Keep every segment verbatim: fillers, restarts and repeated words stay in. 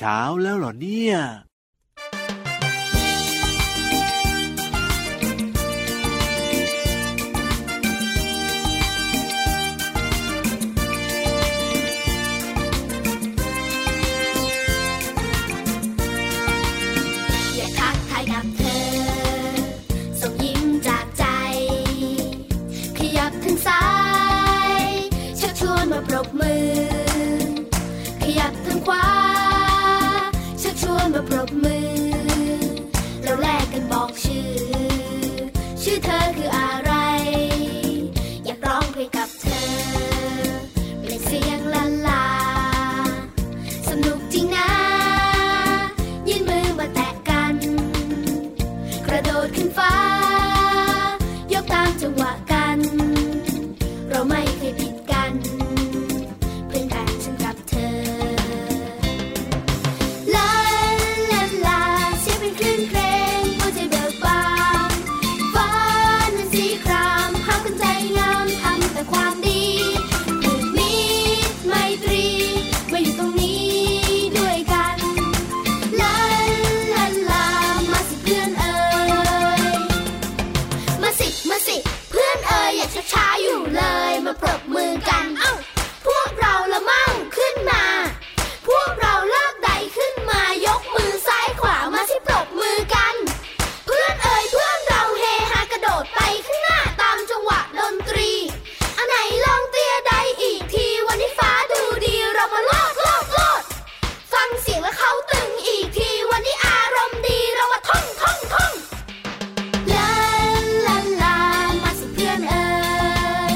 เช้าแล้วเหรอเนี่ยปรบมือขยับทางขวาชักชวนมาปรบมือเราแลกกันบอกชื่อชื่อเธอคืออะไรอยากร้องเพลงกับเธอเป็นเสียงละลาสนุกจริงนะยื่นมือมาแตะกันกระโดดขึ้นฟ้ายกตามจังหวะกันเราไม่เคยผิดกันช้าอยู่เลยมาปรบมือกันเอ้าพวกเราละมั่งขึ้นมาพวกเราเลิกใดขึ้นมายกมือซ้ายขวามาสิปรบมือกันเพื่อนเอ่ยเพื่อนเราเฮฮากระโดดไปข้างหน้าตามจังหวะดนตรีอันไหนลองเตี้ยใดอีกทีวันนี้ฟ้าดูดีเรามาโลดโลดโลดฟังเสียงแล้วเขาตึงอีกทีวันนี้อารมณ์ดีเรามาท่องท่องท่องลาลาลามาสิเพื่อนเอ่ย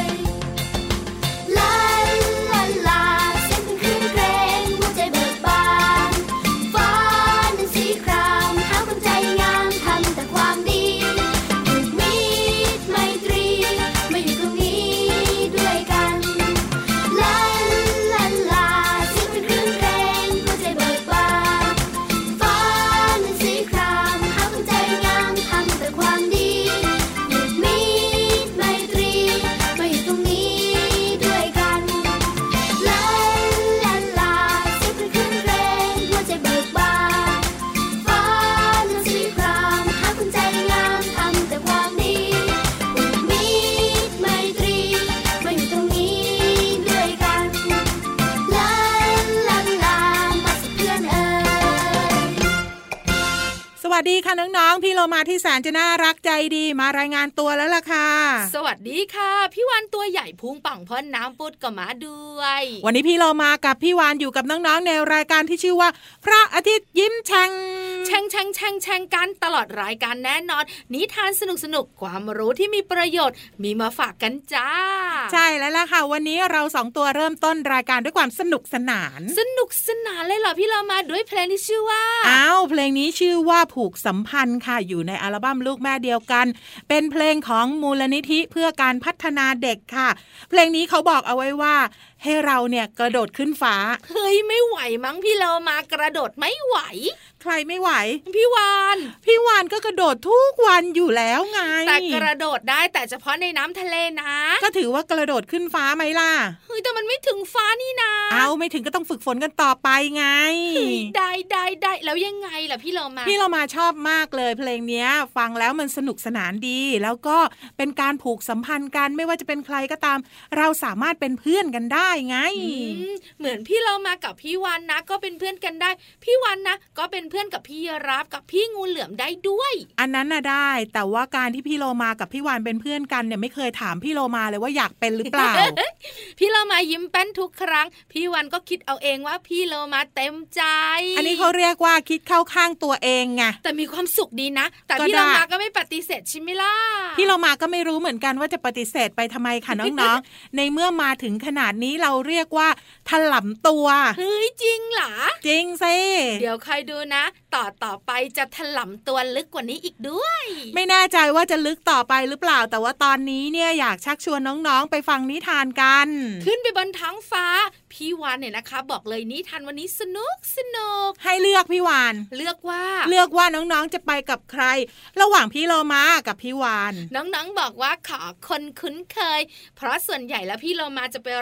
สวัสดีค่ะน้องๆพี่โลมาที่แสนจะน่ารักใจดีมารายงานตัวแล้วล่ะค่ะสวัสดีค่ะพี่วานตัวใหญ่พุงป่องพ่นน้ำปุดก็มาด้วยวันนี้พี่โลมากับพี่วานอยู่กับน้องๆในรายการที่ชื่อว่าพระอาทิตย์ยิ้มแฉ่งแฉ่งแฉ่งแฉ่งแฉ่งกันตลอดรายการแน่นอนนิทานสนุกสนุกความรู้ที่มีประโยชน์มีมาฝากกันจ้าใช่แล้วล่ะค่ะวันนี้เราสองตัวเริ่มต้นรายการด้วยความสนุกสนานสนุกสนานเลยเหรอพี่โลมาด้วยเพลงที่ชื่อว่าอ้าวเพลงนี้ชื่อว่าผูกสัมพันธ์ค่ะอยู่ในอัลบั้มลูกแม่เดียวกันเป็นเพลงของมูลนิธิเพื่อการพัฒนาเด็กค่ะเพลงนี้เขาบอกเอาไว้ว่าให้เราเนี่ยกระโดดขึ้นฟ้าเฮ้ยไม่ไหวมั้งพี่โลมากระโดดไม่ไหวใครไม่ไหวพี่วานพี่วานก็กระโดดทุกวันอยู่แล้วไงแต่กระโดดได้แต่เฉพาะในน้ำทะเลนะก็ถือว่ากระโดดขึ้นฟ้าไหมล่ะเฮ้ยแต่มันไม่ถึงฟ้านี่นะเอาไม่ถึงก็ต้องฝึกฝนกันต่อไปไงได้ได้ได้แล้วยังไงล่ะพี่โลมาพี่โลมาชอบมากเลยเพลงนี้ฟังแล้วมันสนุกสนานดีแล้วก็เป็นการผูกสัมพันธ์กันไม่ว่าจะเป็นใครก็ตามเราสามารถเป็นเพื่อนกันได้ไงเหมือนพี่โลมากับพี่วานนะก็เป็นเพื่อนกันได้พี่วานนะก็เป็นเพื่อนกับพี่รับกับพี่งูเหลือมได้ด้วยอันนั้นน่ะได้แต่ว่าการที่พี่โลมากับพี่วานเป็นเพื่อนกันเนี่ยไม่เคยถามพี่โลมาเลยว่าอยากเป็นหรือเปล่าพี่โลมายิ้มแป้นทุกครั้งพี่วานก็คิดเอาเองว่าพี่โลมาเต็มใจอันนี้เขาเรียกว่าคิดเข้าข้างตัวเองไงแต่มีความสุขดีนะแต่พี่โลมาก็ไม่ปฏิเสธใช่ไหมล่ะพี่โลมาก็ไม่รู้เหมือนกันว่าจะปฏิเสธไปทำไมค่ะน้องๆ ในเมื่อมาถึงขนาดนี้เราเรียกว่าถลำตัวเฮ้ยจริงเหรอจริงสิเดี๋ยวใครดูนะต่อต่อไปจะถลำตัวลึกกว่านี้อีกด้วยไม่แน่ใจว่าจะลึกต่อไปหรือเปล่าแต่ว่าตอนนี้เนี่ยอยากชักชวนน้องๆไปฟังนิทานกันขึ้นไปบนท้องฟ้าพี่วานเนี่ยนะคะบอกเลยนิทานวันนี้สนุกสนุกให้เลือกพี่วานเลือกว่าเลือกว่าน้องๆจะไปกับใครระหว่างพี่โลมากับพี่วานน้องๆบอกว่าขอคนคุ้นเคยเพราะส่วนใหญ่แล้วพี่โลมาจะไปรอข้าง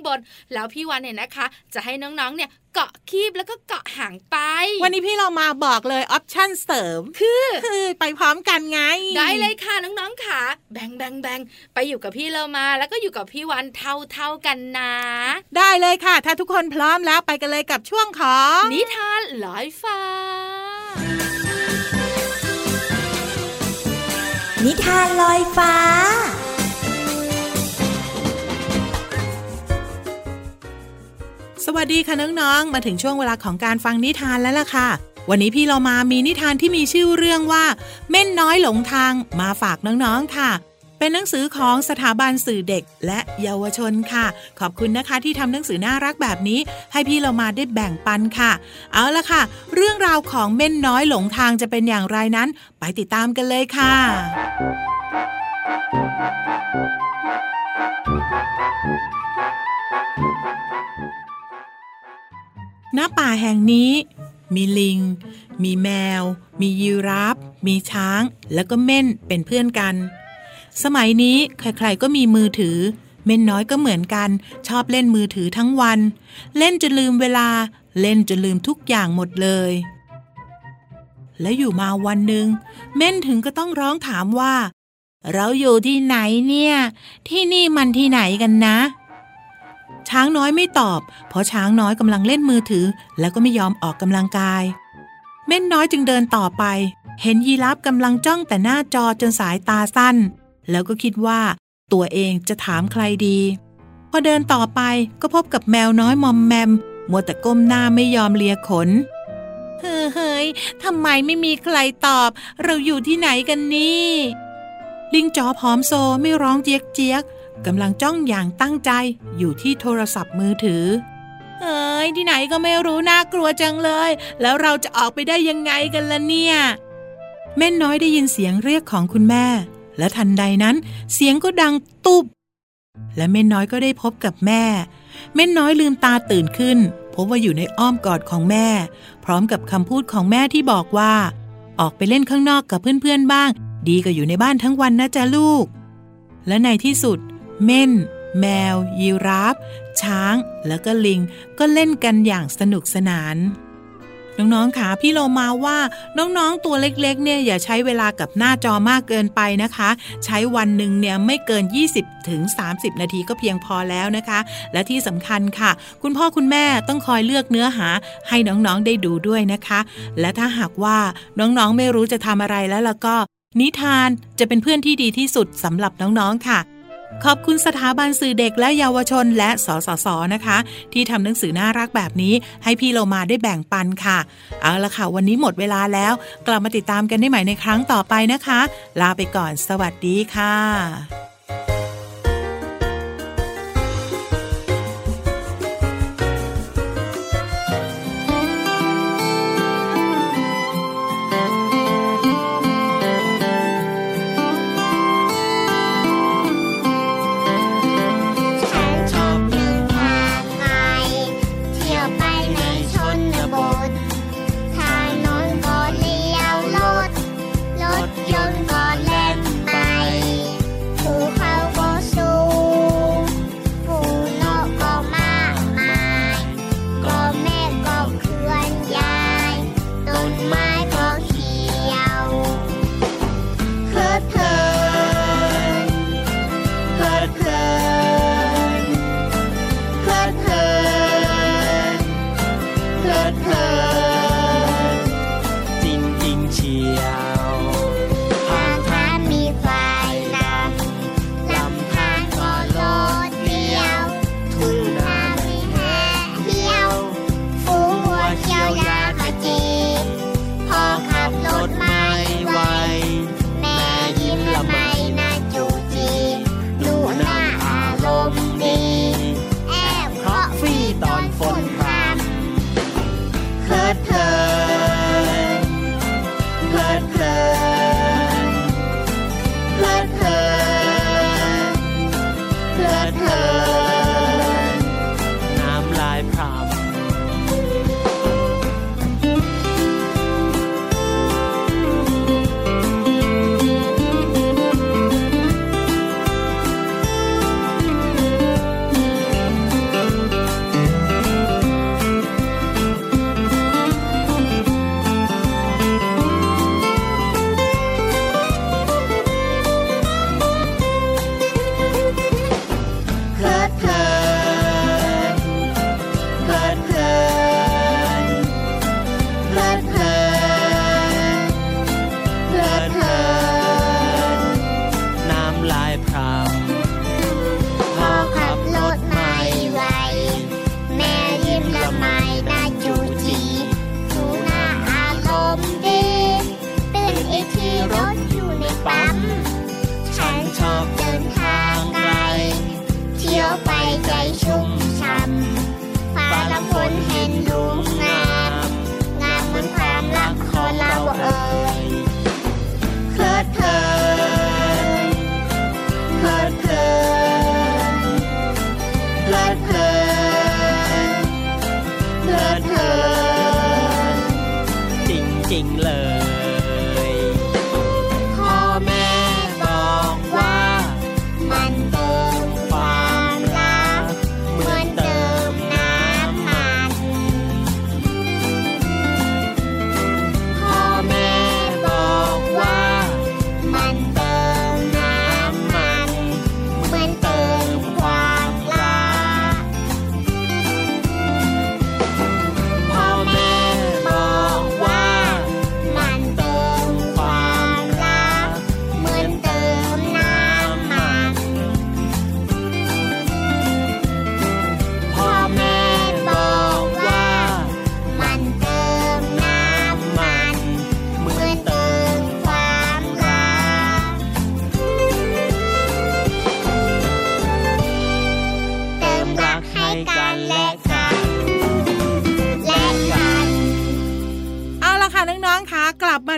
บนแล้วพี่วันเนี่ยนะคะจะให้น้องๆเนี่ยเกาะคีบแล้วก็เกาะหางไปวันนี้พี่เรามาบอกเลยออปชั่นเสริมคือคือไปพร้อมกันไงได้เลยค่ะน้องๆค่ะแบ่งแบ่งแบ่งไปอยู่กับพี่เรามาแล้วก็อยู่กับพี่วันเท่าเท่ากันนะได้เลยค่ะถ้าทุกคนพร้อมแล้วไปกันเลยกับช่วงของนิทานลอยฟ้านิทานลอยฟ้าสวัสดีค่ะน้องๆมาถึงช่วงเวลาของการฟังนิทานแล้วล่ะค่ะวันนี้พี่เรามามีนิทานที่มีชื่อเรื่องว่าเม่นน้อยหลงทางมาฝากน้องๆค่ะเป็นหนังสือของสถาบันสื่อเด็กและเยาวชนค่ะขอบคุณนะคะที่ทำหนังสือน่ารักแบบนี้ให้พี่เรามาได้แบ่งปันค่ะเอาล่ะค่ะเรื่องราวของเม่นน้อยหลงทางจะเป็นอย่างไรนั้นไปติดตามกันเลยค่ะณ ป่าแห่งนี้มีลิงมีแมวมียีราฟมีช้างแล้วก็เม่นเป็นเพื่อนกันสมัยนี้ใครๆก็มีมือถือเม่นน้อยก็เหมือนกันชอบเล่นมือถือทั้งวันเล่นจนลืมเวลาเล่นจนลืมทุกอย่างหมดเลยและอยู่มาวันหนึ่งเม่นถึงก็ต้องร้องถามว่าเราอยู่ที่ไหนเนี่ยที่นี่มันที่ไหนกันนะช้างน้อยไม่ตอบเพราะช้างน้อยกำลังเล่นมือถือแล้วก็ไม่ยอมออกกำลังกายเม่นน้อยจึงเดินต่อไปเห็นยีราฟกำลังจ้องแต่หน้าจอจนสายตาสั้นแล้วก็คิดว่าตัวเองจะถามใครดีพอเดินต่อไปก็พบกับแมวน้อยมอมแมมมัวแต่ก้มหน้าไม่ยอมเลียขนเฮ้ยเฮ้ยทำไมไม่มีใครตอบเราอยู่ที่ไหนกันนี่ลิงจ๋อผอมโซไม่ร้องเจี๊ยกเจี๊ยกกำลังจ้องอย่างตั้งใจอยู่ที่โทรศัพท์มือถือเอ้ยที่ไหนก็ไม่รู้น่ากลัวจังเลยแล้วเราจะออกไปได้ยังไงกันล่ะเนี่ยแม่น้อยได้ยินเสียงเรียกของคุณแม่และทันใดนั้นเสียงก็ดังตุบและแม่น้อยก็ได้พบกับแม่แม่น้อยลืมตาตื่นขึ้นพบว่าอยู่ในอ้อมกอดของแม่พร้อมกับคำพูดของแม่ที่บอกว่าออกไปเล่นข้างนอกกับเพื่อนๆบ้างดีกว่าอยู่ในบ้านทั้งวันนะจ๊ะลูกและในที่สุดเม่นแมวยีราฟช้างแล้วก็ลิงก็เล่นกันอย่างสนุกสนานน้องๆค่ะพี่โลมาว่าน้องๆตัวเล็กๆเนี่ยอย่าใช้เวลากับหน้าจอมากเกินไปนะคะใช้วันหนึ่งเนี่ยไม่เกิน ยี่สิบถึงสามสิบ นาทีก็เพียงพอแล้วนะคะและที่สำคัญค่ะคุณพ่อคุณแม่ต้องคอยเลือกเนื้อหาให้น้องๆได้ดูด้วยนะคะและถ้าหากว่าน้องๆไม่รู้จะทำอะไรแล้วล่ะก็นิทานจะเป็นเพื่อนที่ดีที่สุดสำหรับน้องๆค่ะขอบคุณสถาบันสื่อเด็กและเยาวชนและสสส.นะคะที่ทำหนังสือน่ารักแบบนี้ให้พี่โลมาได้แบ่งปันค่ะเอาละค่ะวันนี้หมดเวลาแล้วกลับมาติดตามกันได้ใหม่ในครั้งต่อไปนะคะลาไปก่อนสวัสดีค่ะภู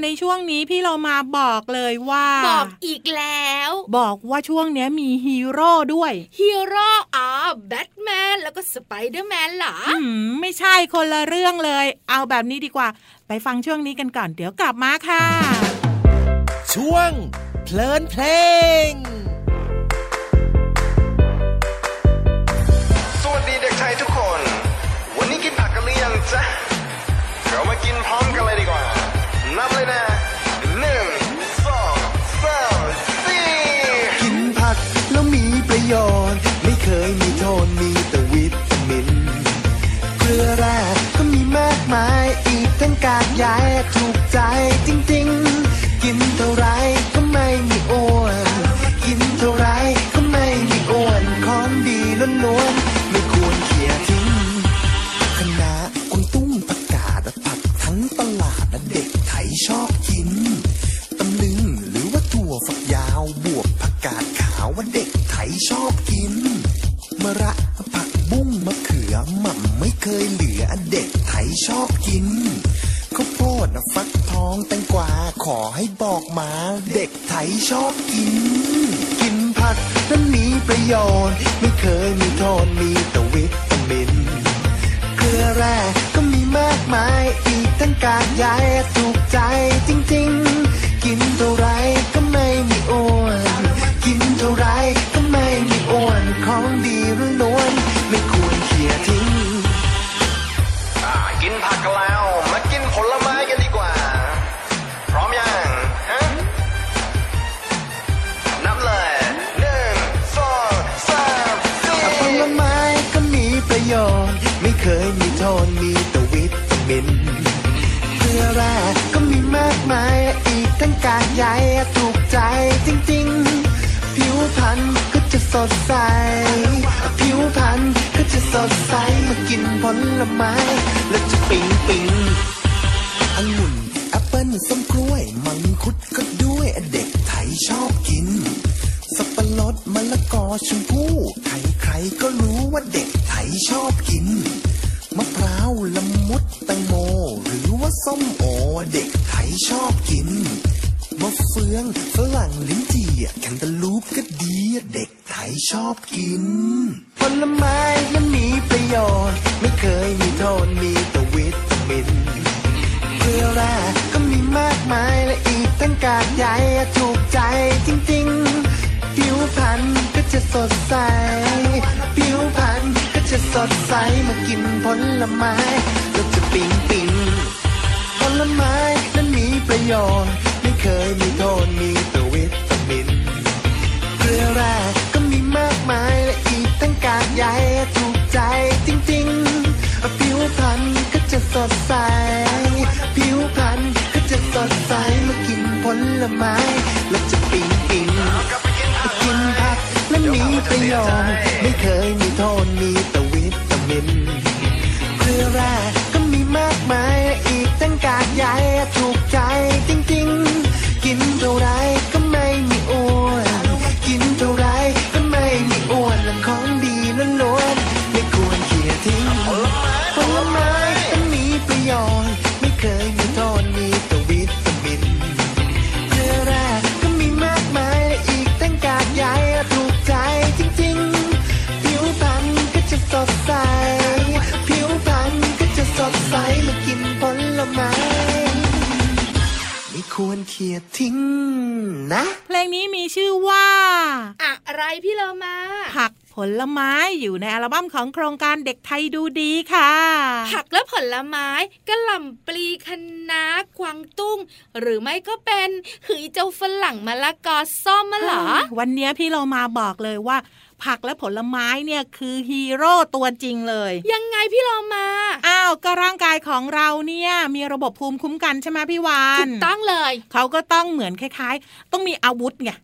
ในช่วงนี้พี่เรามาบอกเลยว่าบอกอีกแล้วบอกว่าช่วงนี้มีฮีโร่ด้วยฮีโร่อ๋อแบทแมนแล้วก็สไปเดอร์แมนเหรออืมไม่ใช่คนละเรื่องเลยเอาแบบนี้ดีกว่าไปฟังช่วงนี้กันก่อนเดี๋ยวกลับมาค่ะช่วงเพลินเพลงสวัสดีเด็กไทยทุกคนวันนี้กินผักกันหรือยังจ๊ะเรามากินพร้อมกันเลยดีกว่านับเลยนะหนึ่งสองสามสี่กินผักแล้วมีประโยชน์ไม่เคยมีโทษมีแต่วิตามินเกลือแร่ก็มีมากมายอีกทั้งกากใยถูกใจจริงๆกินเท่าไรก็ไม่มีอ้วนกินเท่าไรก็ไม่มีอ้วนของดีล้วนๆไม่ควรเขี่ยทิ้งคณะกวางตุ้งผักกาดผักทั้งตลาดเด็กไทยชอบกินตำลึงหรือว่าถั่วฝักยาวบวบผักกาดขาวว่าเด็กไทยชอบกินมะระผักบุ้งมะเขือหม่ำไม่เคยเหลือเด็กไทยชอบกินข้าวโพดฟักทองแตงกวาขอให้บอกมาเด็กไทยชอบกินกินผักนั้นมีประโยชน์ไม่เคยมีโทษมีแต่วิตามินเกลือแร่ก็มีมากมายอีกทั้งกากใยถูกใจจริงๆกินเท่าไรก็ไม่มีอ้วนกินเท่าไรก็ไม่มีอ้วนของดีล้วนๆไม่ควรเขี่ยทิ้งอ่ากินผักกันแล้วมากินผลไม้กันดีกว่าพร้อมยังฮะนับเลยหนึ่งสองสามสี่ผลไม้ก็มีประโยชน์ไม่เคยมีโทษมีแต่วิตามินเกลือแร่ก็มีมากมายอีกทั้งกากใยถูกใจจริงๆผิวพรรณก็จะสดใสผิวพรรณก็จะสดใสมากินผลไม้แล้วจะปิ๊งปิ๊งองุ่นแอปเปิ้ลส้มกล้วยมังคุดก็ด้วยเด็กไทยชอบกินสับปะรดมะละกอชมพู่ใครๆก็รู้ว่าเด็กไทยชอบกินมะพร้าวละมุดแตงโมหรือว่าส้มโอเด็กไทยชอบกินมะเฟืองฝรั่งลิ้นจี่แคนตาลูปก็ดีเด็กไทยชอบกินผลไม้นั้นมีประโยชน์ไม่เคยมีโทษมีแต่วิตามินเกลือแร่ก็มีมากมายและอีกทั้งกากใยถูกใจจริงๆผิวพรรณก็จะสดใสผิวพรรณก็จะสดใสมากินผลไม้ก็จะปิ๊งปิ๊งผลไม้นั้นมีประโยชน์ไม่เคยมีโทษมีแต่วิตามินเกลือแร่ก็มีมากมายและอีกทั้งกากใยถูกใจจริงๆผิวพรรณก็จะสดใสผิวพรรณก็จะสดใสมากินผลไม้แล้วจะปิ๊งปิ๊งกินผักนั้นมีประโยชน์ไม่เคยมีโทษมีแต่วิตามินเกลือแร่ก็มีมากมายอีกทั้งกากใยถูกใจจริงๆกินเท่าไรก็ไม่มีอ้วนกินเท่าไรก็ไม่มีอ้วนของดีล้วนๆไม่ควรเขี่ยทิ้งผลไม้ก็มีประโยชน์ไม่เคยมีโทษมีแต่วิตามินเกลือแร่ก็มีมากมายอีกทั้งกากใยถูกใจจริงๆผิวพรรณก็จะสดใสผิวพรรณก็จะสดใสมากินผลไม้ไม่ควรเขี่ยทิ้งนะเพลงนี้มีชื่อว่าอะไรพี่เรามาผักผลไม้อยู่ในอัลบั้มของโครงการเด็กไทยดูดีค่ะผักและผลไม้กะหล่ำปลีคะน้ากวางตุ้งหรือไม่ก็เป็นหือเจ้าฝรั่งมะละกอส้มมะหรอวันนี้พี่เรามาบอกเลยว่าผักและผลไม้เนี่ยคือฮีโร่ตัวจริงเลยยังไงพี่เรามาอ้าวก็ร่างกายของเราเนี่ยมีระบบภูมิคุ้มกันใช่ไหมพี่วานถูกต้องเลยเขาก็ต้องเหมือนคล้ายๆต้องมีอาวุธไง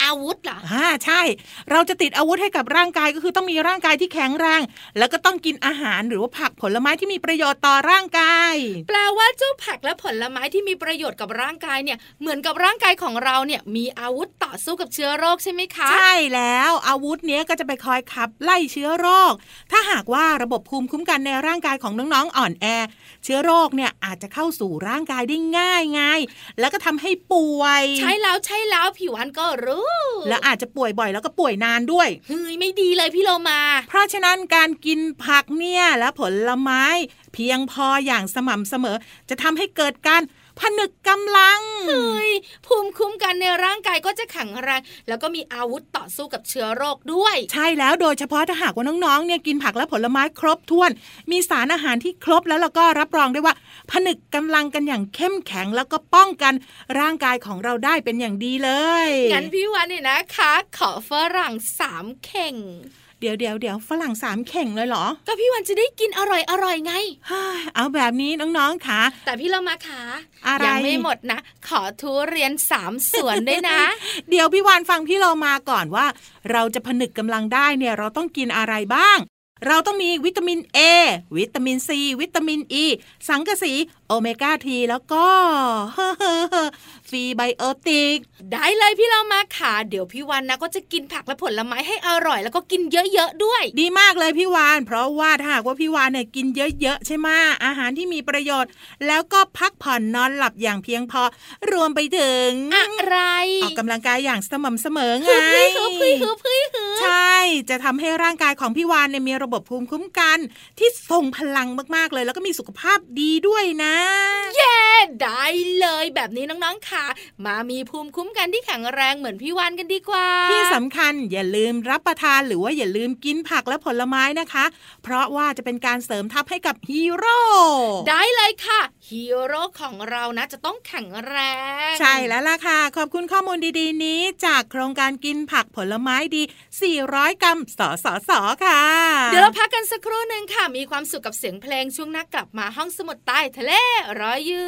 อาวุธเหรออ่าใช่เราจะติดอาวุธให้กับร่างกายก็คือต้องมีร่างกายที่แข็งแรงแล้วก็ต้องกินอาหารหรือว่าผักผลไม้ที่มีประโยชน์ต่อร่างกายแปลว่าเจ้าผักและผลไม้ที่มีประโยชน์กับร่างกายเนี่ยเหมือนกับร่างกายของเราเนี่ยมีอาวุธต่อสู้กับเชื้อโรคใช่ไหมคะใช่แล้วอาวุธเนี้ยก็จะไปคอยขับไล่เชื้อโรคถ้าหากว่าระบบภูมิคุ้มกันในร่างกายของน้องๆอ่อนแอเชื้อโรคเนี่ยอาจจะเข้าสู่ร่างกายได้ง่ายไงแล้วก็ทำให้ป่วยใช่แล้วใช่แล้วผิวพรรณก็รู้และอาจจะป่วยบ่อยแล้วก็ป่วยนานด้วยเฮ้ยไม่ดีเลยพี่โลมาเพราะฉะนั้นการกินผักเนี่ยและผลไม้เพียงพออย่างสม่ำเสมอจะทำให้เกิดการผนึกกำลังเฮ้ยภูมิคุ้มกันในร่างกายก็จะแข็งแรงแล้วก็มีอาวุธต่อสู้กับเชื้อโรคด้วยใช่แล้วโดยเฉพาะถ้าหากว่าน้องๆเนี่ยกินผักและผลไม้ครบถ้วนมีสารอาหารที่ครบแล้วเราก็รับรองได้ว่าผนึกกำลังกันอย่างเข้มแข็งแล้วก็ป้องกันร่างกายของเราได้เป็นอย่างดีเลยงั้นพี่วันเนี่ยนะคะขอฝรั่งสามเข่งเดี๋ยวเดี๋ยวเดี๋ยวฝรั่งสามเข่งเลยเหรอก็พี่วันจะได้กินอร่อยอร่อยไงเอาแบบนี้น้องๆค่ะแต่พี่เรามาค่ะยังไม่หมดนะขอทุเรียนสามสวนด้วยนะเดี๋ยวพี่วานฟังพี่เรามาก่อนว่าเราจะผนึกกำลังได้เนี่ยเราต้องกินอะไรบ้างเราต้องมีวิตามิน A วิตามิน C วิตามิน E สังกะสีโอเมก้า สาม แล้วก็ฟรีไบโอติกได้เลยพี่เรามาค่ะเดี๋ยวพี่วันนะก็จะกินผักและผลไม้ให้อร่อยแล้วก็กินเยอะๆด้วยดีมากเลยพี่วานเพราะว่าถ้าหากว่าพี่วานเนี่ยกินเยอะๆใช่ไหมอาหารที่มีประโยชน์แล้วก็พักผ่อนนอนหลับอย่างเพียงพอรวมไปถึงอะไรออกกำลังกายอย่างสม่ำเสมอไงฮึบฮึบฮึบฮึบฮึบใช่จะทำให้ร่างกายของพี่วานเนี่ยมีระบบภูมิคุ้มกันที่ทรงพลังมากๆเลยแล้วก็มีสุขภาพดีด้วยนะเย้ได้เลยแบบนี้น้องๆค่ะมามีภูมิคุ้มกันที่แข็งแรงเหมือนพี่วานกันดีกว่าที่สำคัญอย่าลืมรับประทานหรือว่าอย่าลืมกินผักและผลไม้นะคะเพราะว่าจะเป็นการเสริมทัพให้กับฮีโร่ได้เลยค่ะฮีโร่ของเรานะจะต้องแข็งแรงใช่แล้วล่ะค่ะขอบคุณข้อมูลดีๆนี้จากโครงการกินผักผลไม้ดีสี่ร้อยกรัมสสสค่ะเดี๋ยวเราพักกันสักครู่นึงค่ะมีความสุขกับเสียงเพลงช่วงหน้ากลับมาห้องสมุดใต้ทะเลรออยู่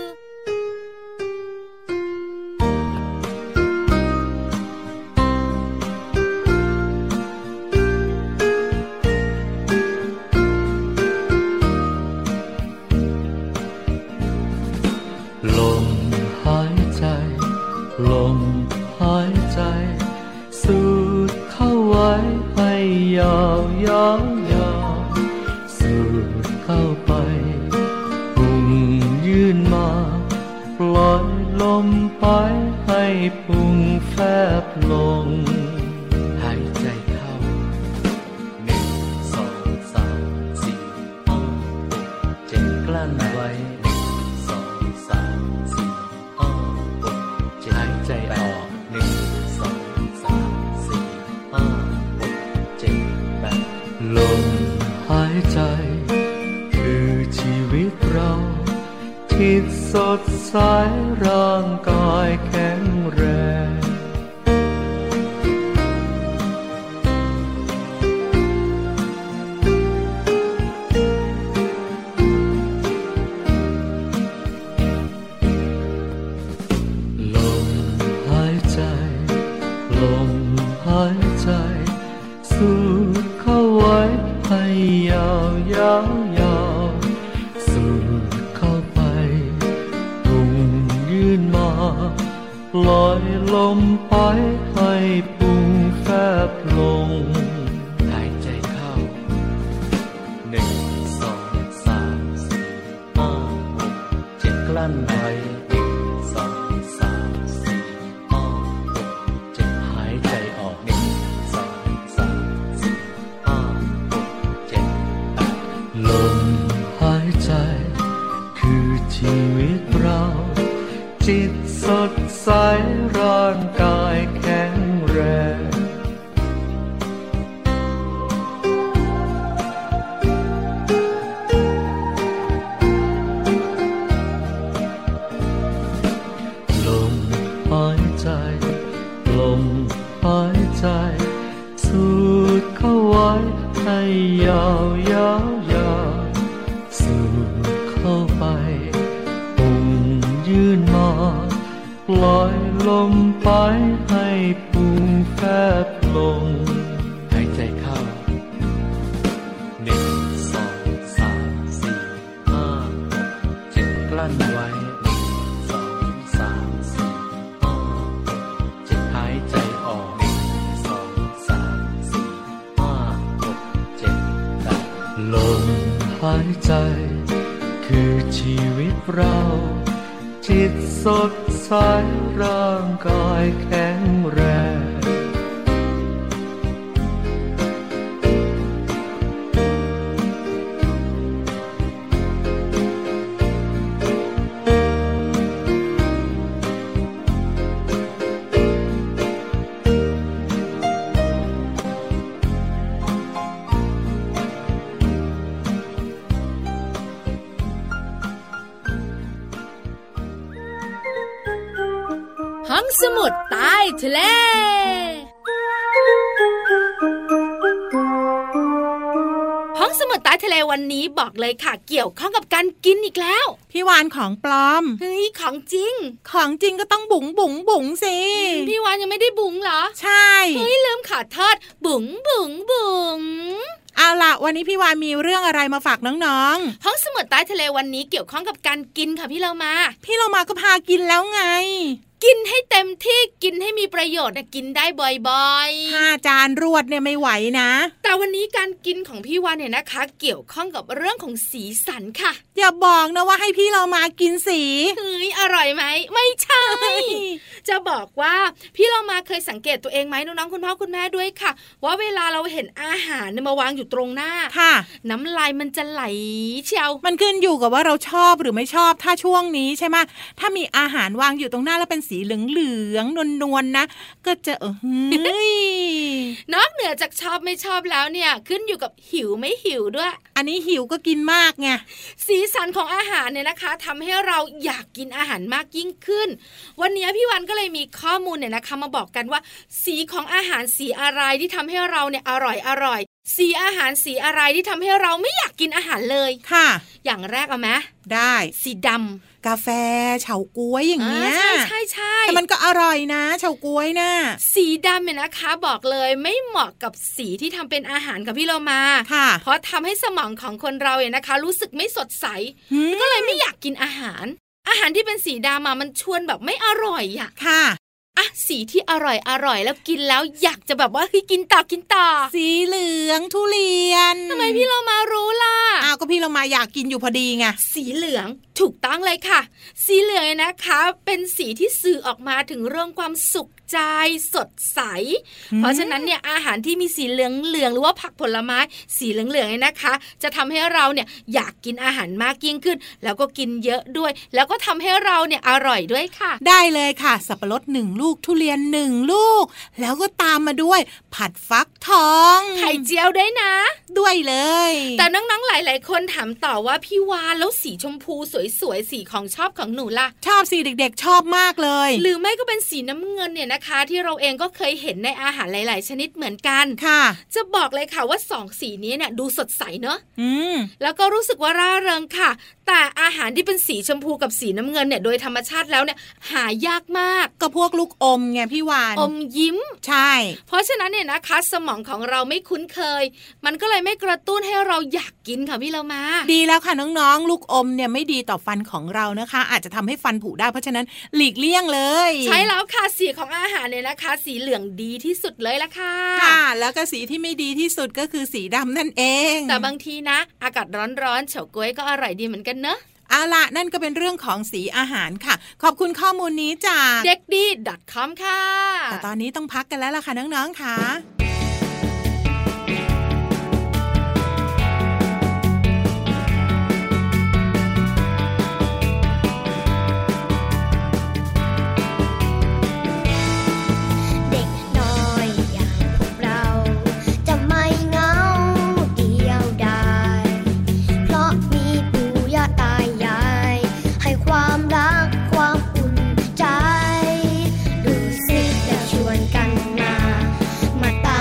ลมหายใจลมหายใจสูดเข้าไว้ให้ยาวยาวยาวสูดเข้าไปพุงยื่นมาปล่อยลมไปให้พุงแฟบลงหายใจเข้าหนึ่งสองสามสี่ห้าหกเจ็ดกลั้นไว้หนึ่งสองสามสี่ห้าหกเจ็ดหายใจออกหนึ่งสองสามสี่ห้าหกเจ็ดแปดลมหายใจคือชีวิตเราที่สดใสร่างกายแข็งแรงลมหายใจลมหายใจสูดเข้าไว้ให้ยาวยาวยาวสูดเข้าไปพุงยื่นมาปล่อยลมไปให้พุงแฟบลงหายใจเข้าหนึ่งสองสามสี่ห้าหกเจ็ดกลั้นไว้หนึ่งสองสามสี่ห้าหกเจ็ดหายใจออกหนึ่งสองสามสี่ห้าหกเจ็ดแปดลมหายใจคือชีวิตเราจิตสดใสร่างกายแข็งแรงลมหายใจลมหายใจสูดเข้าไว้ให้ยาวยาวยาวสูดเข้าไปพุงยื่นมาปล่อยลมไปให้พุงบลงหายใจเข้าหนึ่งสองสามสี่ห้าหกเจ็ดกลั้นไว้หนึ่งสองสามสี่ห้าหกเจ็ดหายใจออกหนึ่งสองสามสี่ห้าหกเจ็ดแปดลมหายใจคือชีวิตเราจิตสดใสร่างกายแข็งแรงห้องสมุดใต้ทะเลห้องสมุดใต้ทะเลวันนี้บอกเลยค่ะเกี่ยวข้องกับการกินอีกแล้วพี่วานของปลอมเฮ้ยของจริงของจริงก็ต้องบุ๋งบุ๋งบุ๋งสิพี่วานยังไม่ได้บุ๋งเหรอใช่เฮ้ยลืมขอโทษบุ๋งบุ๋งบุ๋งเอาล่ะวันนี้พี่วานมีเรื่องอะไรมาฝากน้องๆห้องสมุดใต้ทะเลวันนี้เกี่ยวข้องกับการกินค่ะพี่เรามาพี่เรามาก็พากินแล้วไงกินให้เต็มที่กินให้มีประโยชน์กินได้บ่อยๆห้าจานรวดเนี่ยไม่ไหวนะแต่วันนี้การกินของพี่วานเนี่ยนะคะเกี่ยวข้องกับเรื่องของสีสันค่ะอย่าบอกนะว่าให้พี่เรามากินสีเฮ้ยอร่อยไหมไม่ใช่จะบอกว่าพี่เรามาเคยสังเกตตัวเองไหมน้องๆคุณพ่อคุณแม่ด้วยค่ะว่าเวลาเราเห็นอาหารมาวางอยู่ตรงหน้าค่ะน้ำลายมันจะไหลเชียวมันขึ้นอยู่กับว่าเราชอบหรือไม่ชอบถ้าช่วงนี้ใช่ไหมถ้ามีอาหารวางอยู่ตรงหน้าแล้วเป็นสีเหลืองๆนวลๆนะก็จะเออนอกเหนือจากชอบไม่ชอบแล้วเนี่ยขึ้นอยู่กับหิวไม่หิวด้วยอันนี้หิวก็กินมากไงสีสันของอาหารเนี่ยนะคะทำให้เราอยากกินอาหารมากยิ่งขึ้นวันนี้พี่วันก็เลยมีข้อมูลเนี่ยนะคะมาบอกกันว่าสีของอาหารสีอะไรที่ทำให้เราเนี่ยอร่อยอร่อยสีอาหารสีอะไรที่ทำให้เราไม่อยากกินอาหารเลยค่ะอย่างแรกเอาไหมได้สีดำกาแฟเฉาก๊วยอย่างเงี้ยใช่ใช่ใช่แต่มันก็อร่อยนะเฉาก๊วยนะสีดำเนี่ยนะคะบอกเลยไม่เหมาะกับสีที่ทำเป็นอาหารกับพี่เรามาค่ะเพราะทำให้สมองของคนเราเนี่ยนะคะรู้สึกไม่สดใสก็เลยไม่อยากกินอาหารอาหารที่เป็นสีดำมันชวนแบบไม่อร่อยอ่ะค่ะอ่ะสีที่อร่อยอร่อยแล้วกินแล้วอยากจะแบบว่าเฮ้ยกินต่อกินต่อสีเหลืองทุเรียนทำไมพี่เรามารู้ล่ะอ้าวก็พี่เรามาอยากกินอยู่พอดีไงสีเหลืองถูกต้องเลยค่ะสีเหลืองนะคะเป็นสีที่สื่อออกมาถึงเรื่องความสุขใจสดใสเพราะฉะนั้นเนี่ยอาหารที่มีสีเหลืองเหลืองหรือว่าผักผลไม้สีเหลืองเหลืองเนี่ยนะคะจะทำให้เราเนี่ยอยากกินอาหารมากยิ่งขึ้นแล้วก็กินเยอะด้วยแล้วก็ทำให้เราเนี่ยอร่อยด้วยค่ะได้เลยค่ะสับปะรดหนึ่งลูกทุเรียนหนึ่งลูกแล้วก็ตามมาด้วยผัดฟักทองไข่เจียวด้วยนะด้วยเลยแต่น้องๆหลายๆคนถามต่อว่าพี่วานแล้วสีชมพูสวยๆสีของชอบของหนูล่ะชอบสีเด็กๆชอบมากเลยหรือไม่ก็เป็นสีน้ำเงินเนี่ยนะคะที่เราเองก็เคยเห็นในอาหารหลายๆชนิดเหมือนกันค่ะจะบอกเลยค่ะว่าสองสีนี้เนี่ยดูสดใสเนอะอืมแล้วก็รู้สึกว่าร่าเริงค่ะแต่อาหารที่เป็นสีชมพูกับสีน้ำเงินเนี่ยโดยธรรมชาติแล้วเนี่ยหายากมากก็พวกลูกอมไงพี่วานอมยิ้มใช่เพราะฉะนั้นเนี่ยนะคะสมองของเราไม่คุ้นเคยมันก็เลยไม่กระตุ้นให้เราอยากกินค่ะพี่เรามาดีแล้วค่ะน้องๆลูกอมเนี่ยไม่ดีต่อฟันของเรานะคะอาจจะทำให้ฟันผุได้เพราะฉะนั้นหลีกเลี่ยงเลยใช่แล้วค่ะสีของอาหารเนี่ยนะคะสีเหลืองดีที่สุดเลยละค่ะค่ะแล้วก็สีที่ไม่ดีที่สุดก็คือสีดำนั่นเองแต่บางทีนะอากาศร้อนๆเฉาก๊วยก็อร่อยดีเหมือนกันเนอะเอาล่ะนั่นก็เป็นเรื่องของสีอาหารค่ะขอบคุณข้อมูลนี้จากเด็กดี .com ค่ะแต่ตอนนี้ต้องพักกันแล้วล่ะค่ะน้องๆค่ะมาต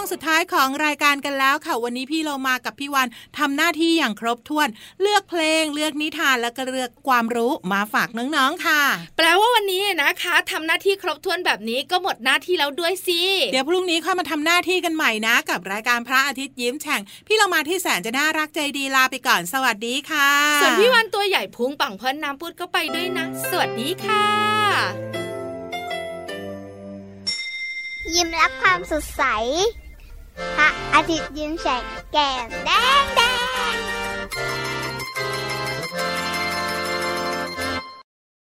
งสุดท้ายของรายการกันแล้วค่ะวันนี้พี่เรามากับพี่วันทำหน้าที่อย่างครบถ้วนเลือกเพลงเลือกนิทานแล้วก็เลือกความรู้มาฝากน้องๆค่ะแปลว่าวันนี้นะคะทำหน้าที่ครบถ้วนแบบนี้ก็หมดหน้าที่แล้วด้วยสิเดี๋ยวพรุ่งนี้ค่อยมาทำหน้าที่กันใหม่นะกับรายการพระอาทิตย์ยิ้มแฉ่งพี่เรามาที่แสนจะน่ารักใจดีลาไปก่อนสวัสดีค่ะส่วนพี่วันตัวใหญ่พุงปังพอนน้ำปุดก็ไปด้วยนะสวัสดีค่ะยิ้มรับความสดใสพระอาทิตย์ยิ้มแฉกแก้มแดงแด